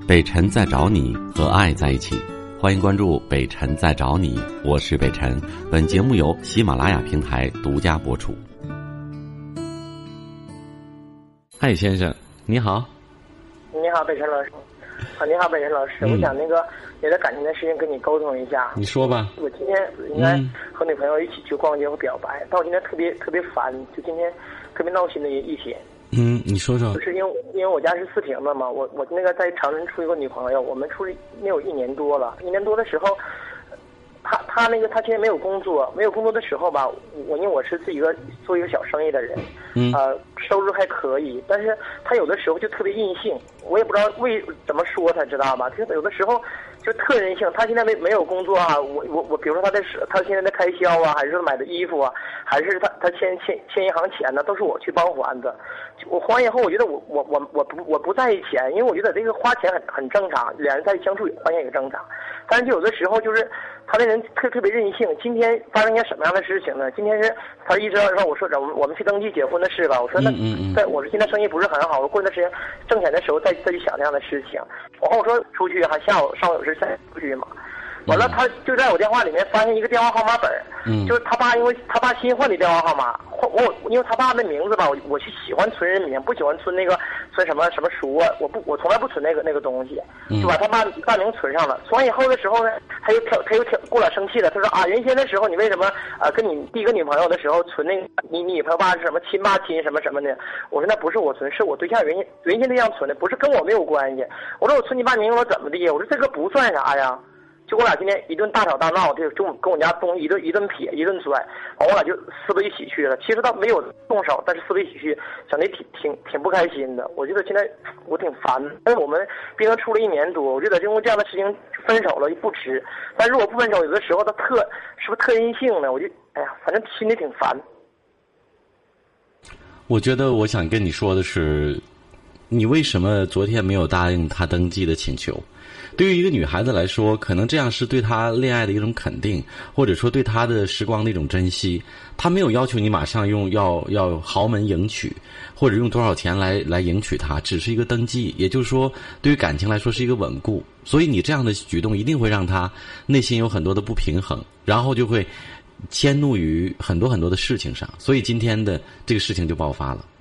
北辰在找你，和爱在一起。欢迎关注北辰在找你，我是北辰。本节目由喜马拉雅平台独家播出。嗨，先生，你好。 你好，北辰老师。你好，北辰老师。我想有点感情的事情跟你沟通一下。 你说吧。 我今天应该和女朋友一起去逛街和表白，但我今天特别烦，就今天特别闹心的一天。 你说说。 就是因为我家是4平的嘛，我那个在长春处一个女朋友，我们处没有1年多了。1年多的时候，他现在没有工作的时候吧，因为我是自己做一个小生意的人，收入还可以，但是他有的时候就特别任性，我也不知道怎么说他，知道吧？他有的时候就特任性。他现在没有工作啊，我比如说他现在的开销啊，还是买的衣服啊，还是他欠银行钱呢，都是我去帮还的。我还完以后，我觉得我不在意钱，因为我觉得这个花钱很正常，两人在相处花钱也正常。但是就有的时候就是他那人特别任性。今天发生一件什么样的事情呢？今天是他一直让我说我们去登记结婚的事吧。我说我说现在生意不是很好，我过一段时间挣钱的时候再去想这样的事情。然后我说出去还上午有事再出去嘛。完了，他就在我电话里面发现一个电话号码本，就是他爸，因为他爸新换的电话号码，因为他爸的名字吧，我是喜欢存人名，不喜欢存什么书啊，我从来不存那个东西，就把他爸大名存上了。存完以后的时候呢，他又过来生气了，他说啊，原先的时候你为什么跟你第一个女朋友的时候存那个你女朋友爸是什么亲爸亲什么什么的？我说那不是我存，是我对象原先对象存的，不是跟我没有关系。我说我存你爸名，我怎么的？我说这个不算啥呀。就我俩今天一顿大吵大闹，就跟我家东西一顿撇一顿摔，我俩就撕到一起去了。其实倒没有动手，但是撕到一起去，想的挺不开心的。我觉得现在我挺烦，但是我们毕竟处了1年多，我觉得因为这样的事情分手了不值。但如果不分手，有的时候他是不是特任性呢？我就反正心里挺烦。 我觉得我想跟你说的是，你为什么昨天没有答应他登记的请求？对于一个女孩子来说，可能这样是对她恋爱的一种肯定，或者说对她的时光的一种珍惜。她没有要求你马上要豪门迎娶，或者用多少钱来迎娶她，只是一个登记。也就是说，对于感情来说是一个稳固。所以你这样的举动一定会让她内心有很多的不平衡，然后就会迁怒于很多很多的事情上。所以今天的这个事情就爆发了。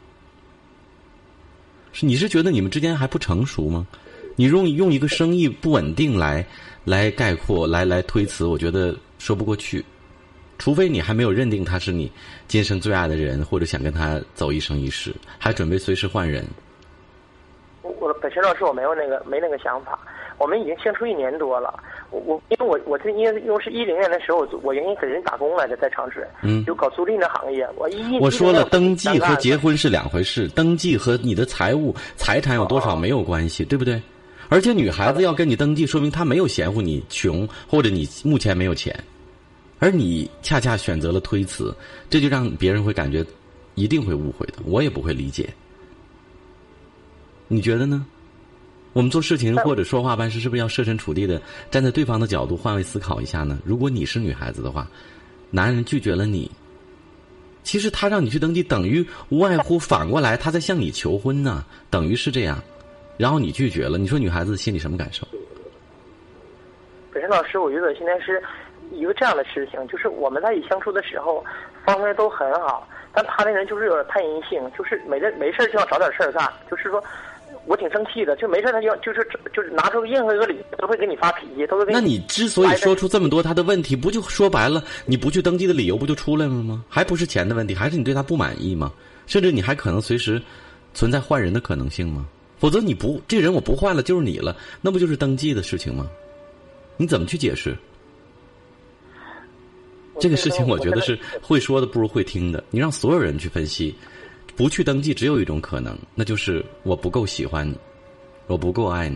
你是觉得你们之间还不成熟吗？你用一个生意不稳定来概括来推辞，我觉得说不过去。除非你还没有认定他是你今生最爱的人，或者想跟他走一生一世，还准备随时换人。 我本身老师我没那个想法。我们已经相处1年多了。因为我是10年的时候，我原先给人打工来的，在长春，就搞租赁的行业。 我说了，登记和结婚是两回事，登记和你的财产有多少没有关系，对不对？而且女孩子要跟你登记，说明她没有嫌乎你穷，或者你目前没有钱，而你恰恰选择了推辞，这就让别人会感觉一定会误会的，我也不会理解。你觉得呢？我们做事情或者说话办事，是不是要设身处地的站在对方的角度换位思考一下呢？如果你是女孩子的话，男人拒绝了你，其实他让你去登记，等于无外乎反过来他在向你求婚呢，等于是这样。然后你拒绝了，你说女孩子心里什么感受？ 本身老师，我觉得现在是一个这样的事情，就是我们在一起相处的时候，方面都很好，但他那人就是有点太任性，就是没事就要找点事儿干，就是说。我挺生气的，就没事他就是拿出任何一个理由都会给你发脾气，都会给你。 那你之所以说出这么多他的问题，不就说白了，你不去登记的理由不就出来了吗？还不是钱的问题，还是你对他不满意吗？甚至你还可能随时存在换人的可能性吗？否则这人我不换了就是你了，那不就是登记的事情吗？你怎么去解释？这个事情我觉得是会说的不如会听的，你让所有人去分析。不去登记只有一种可能，那就是我不够喜欢你，我不够爱你。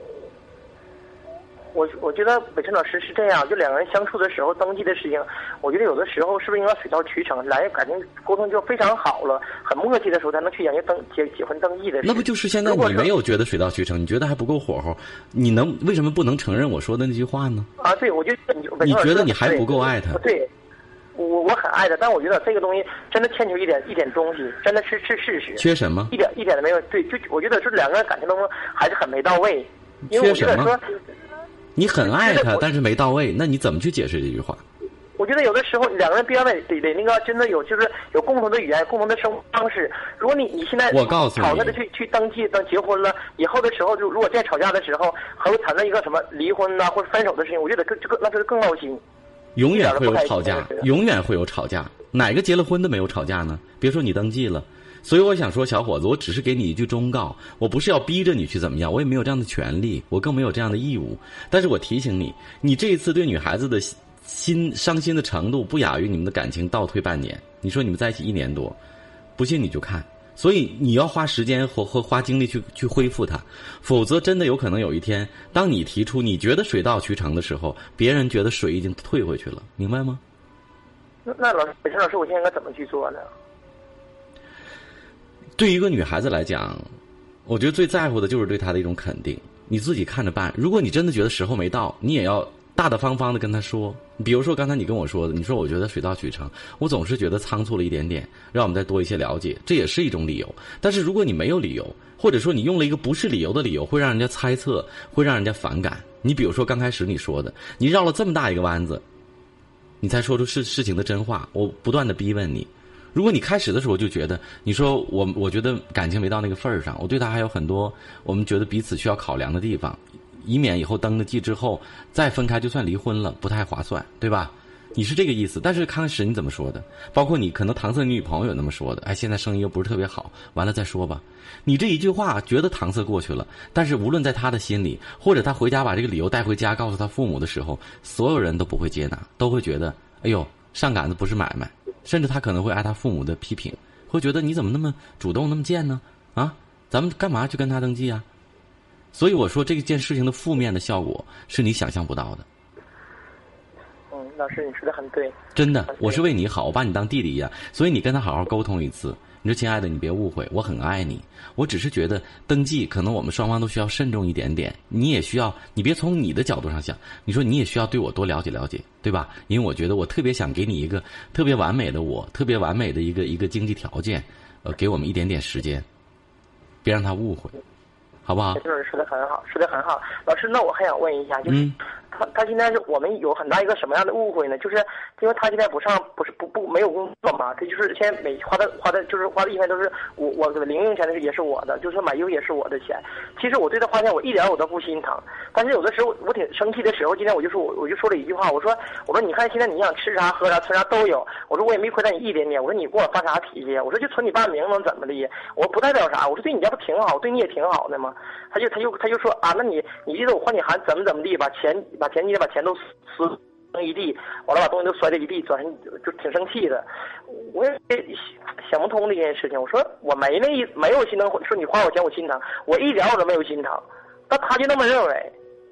我觉得北辰老师是这样，就两个人相处的时候登记的事情，我觉得有的时候是不是应该水到渠成，来感情沟通就非常好了，很默契的时候才能去研究结婚登记的事。 那不就是现在你没有觉得水到渠成，你觉得还不够火候，你为什么不能承认我说的那句话呢？ 对，我觉得你觉得你还不够爱他？ 对。 我很爱他，但我觉得这个东西真的欠缺一点东西，真的是事实。 缺什么？ 一点都没有。对，就我觉得这两个人感情当中还是很没到位。因为我觉得说， 你很爱他，但是没到位，那你怎么去解释这句话？ 我觉得有的时候两个人必须得那个真的就是有共同的语言、共同的生活方式。如果你现在我告诉你， 吵着的去登记结婚了，以后的时候就如果再吵架的时候，还会产生一个什么离婚呐、或者分手的事情，我觉得那是更闹心。 永远会有吵架，永远会有吵架。哪个结了婚的没有吵架呢？别说你登记了。所以我想说，小伙子，我只是给你一句忠告，我不是要逼着你去怎么样，我也没有这样的权利，我更没有这样的义务。但是我提醒你，你这一次对女孩子的伤心的程度不亚于你们的感情倒退半年。你说你们在一起1年多，不信你就看。所以你要花时间和花精力去恢复它，否则真的有可能有一天，当你提出你觉得水到渠成的时候，别人觉得水已经退回去了，明白吗？ 那本身老师，我现在应该怎么去做呢？ 对于一个女孩子来讲，我觉得最在乎的就是对她的一种肯定，你自己看着办。如果你真的觉得时候没到，你也要大大方方的跟她说。比如说刚才你跟我说的，你说我觉得水到渠成，我总是觉得仓促了一点点，让我们再多一些了解，这也是一种理由。但是如果你没有理由，或者说你用了一个不是理由的理由，会让人家猜测，会让人家反感。你比如说刚开始你说的，你绕了这么大一个弯子，你才说出事情的真话，我不断的逼问你。如果你开始的时候就觉得，你说我觉得感情没到那个份儿上，我对他还有很多我们觉得彼此需要考量的地方，以免以后登了记之后再分开就算离婚了，不太划算，对吧？你是这个意思。但是刚开始你怎么说的？包括你可能搪塞你女朋友那么说的，哎，现在生意又不是特别好，完了再说吧。你这一句话觉得搪塞过去了，但是无论在他的心里，或者他回家把这个理由带回家告诉他父母的时候，所有人都不会接纳，都会觉得哎呦上杆子不是买卖，甚至他可能会挨他父母的批评，会觉得你怎么那么主动那么贱呢？啊，咱们干嘛去跟他登记啊？所以我说这件事情的负面的效果是你想象不到的。 老师你说的很对， 真的，我是为你好，我把你当弟弟一样，所以你跟他好好沟通一次。你说亲爱的，你别误会，我很爱你，我只是觉得登记可能我们双方都需要慎重一点点，你也需要，你别从你的角度上想，你说你也需要对我多了解了解，对吧？因为我觉得我特别想给你一个特别完美的特别完美的一个经济条件，给我们一点点时间，别让他误会，好不好？ 就是说的很好，说的很好。老师，那我还想问一下，就是他现在是我们有很大一个什么样的误会呢？就是因为他现在不没有工作嘛，他就是现在花的就是花的一分都是我的零用钱的也是我的，就是说买衣服也是我的钱。其实我对他花钱我一点我都不心疼，但是有的时候我挺生气的时候，今天我就说了一句话，我说你看现在你想吃啥喝啥穿啥都有，我说我也没亏待你一点点，我说你给我发啥脾气？我说就存你爸名能怎么的？我不代表啥，我说对你家不挺好，对你也挺好的吗？他就说啊，那你记得我还你还怎么地，把钱都撕成一地，完了把东西都摔在一地，转身就挺生气的。我也想不通这件事情。我说我没有心疼，说你花我钱我心疼，我一点我都没有心疼，但他就那么认为。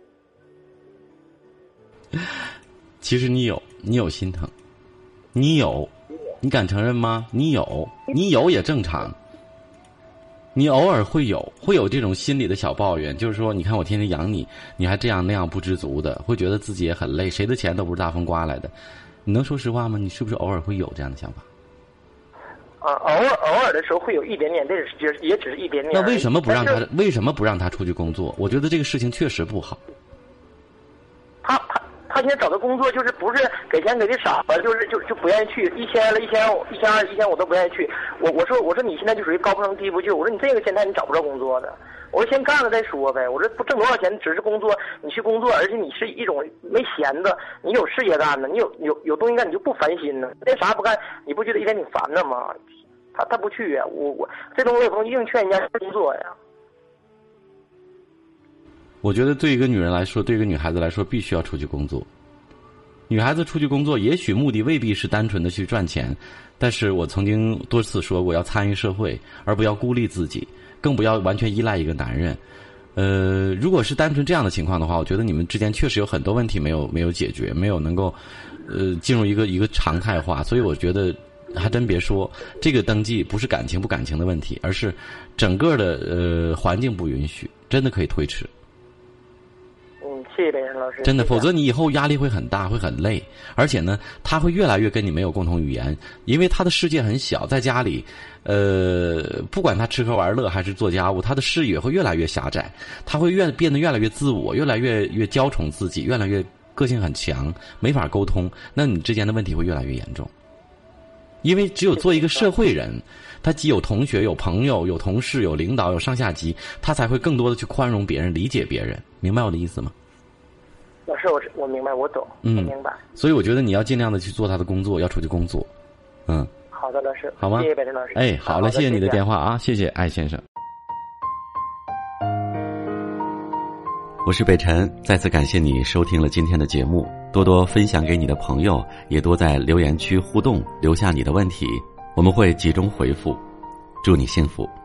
其实你有心疼，你敢承认吗？你有也正常。你偶尔会有这种心理的小抱怨，就是说你看我天天养你，你还这样那样不知足的，会觉得自己也很累，谁的钱都不是大风刮来的。你能说实话吗？你是不是偶尔会有这样的想法？ 偶尔的时候会有一点点，也只是一点点。 那为什么不让他出去工作？我觉得这个事情确实不好。 他现在找的工作就是不是给钱给的少了，就不愿意去，1000了，1200、1000我都不愿意去。我说你现在就属于高不成低不就，我说你这个现在你找不着工作的，我说先干了再说呗。我说不挣多少钱，只是工作，你去工作，而且你是一种没闲的，你有事业干的，你有东西干，你就不烦心呢。那啥不干，你不觉得一天挺烦的吗？他不去呀，我这东西我也不能硬劝人家工作呀。 我觉得对一个女人来说，对一个女孩子来说，必须要出去工作。女孩子出去工作，也许目的未必是单纯的去赚钱，但是我曾经多次说过，要参与社会，而不要孤立自己，更不要完全依赖一个男人。如果是单纯这样的情况的话，我觉得你们之间确实有很多问题没有解决，没有能够进入一个常态化，所以我觉得还真别说，这个登记不是感情不感情的问题，而是整个的环境不允许，真的可以推迟。 谢谢北辰老师。 真的，否则你以后压力会很大，会很累，而且呢，他会越来越跟你没有共同语言，因为他的世界很小，在家里，不管他吃喝玩乐还是做家务，他的视野会越来越狭窄，他会变得越来越自我，越来越娇宠自己，越来越个性很强，没法沟通，那你之间的问题会越来越严重。因为只有做一个社会人，他既有同学、有朋友、有同事、有领导、有上下级，他才会更多的去宽容别人、理解别人。明白我的意思吗？ 老师，我明白，我懂，我明白。 所以我觉得你要尽量的去做他的工作，要出去工作。 好的，老师， 好吗？ 谢谢北辰老师。 哎，好了，谢谢你的电话啊，谢谢艾先生。我是北辰，再次感谢你收听了今天的节目，多多分享给你的朋友，也多在留言区互动，留下你的问题，我们会集中回复。祝你幸福。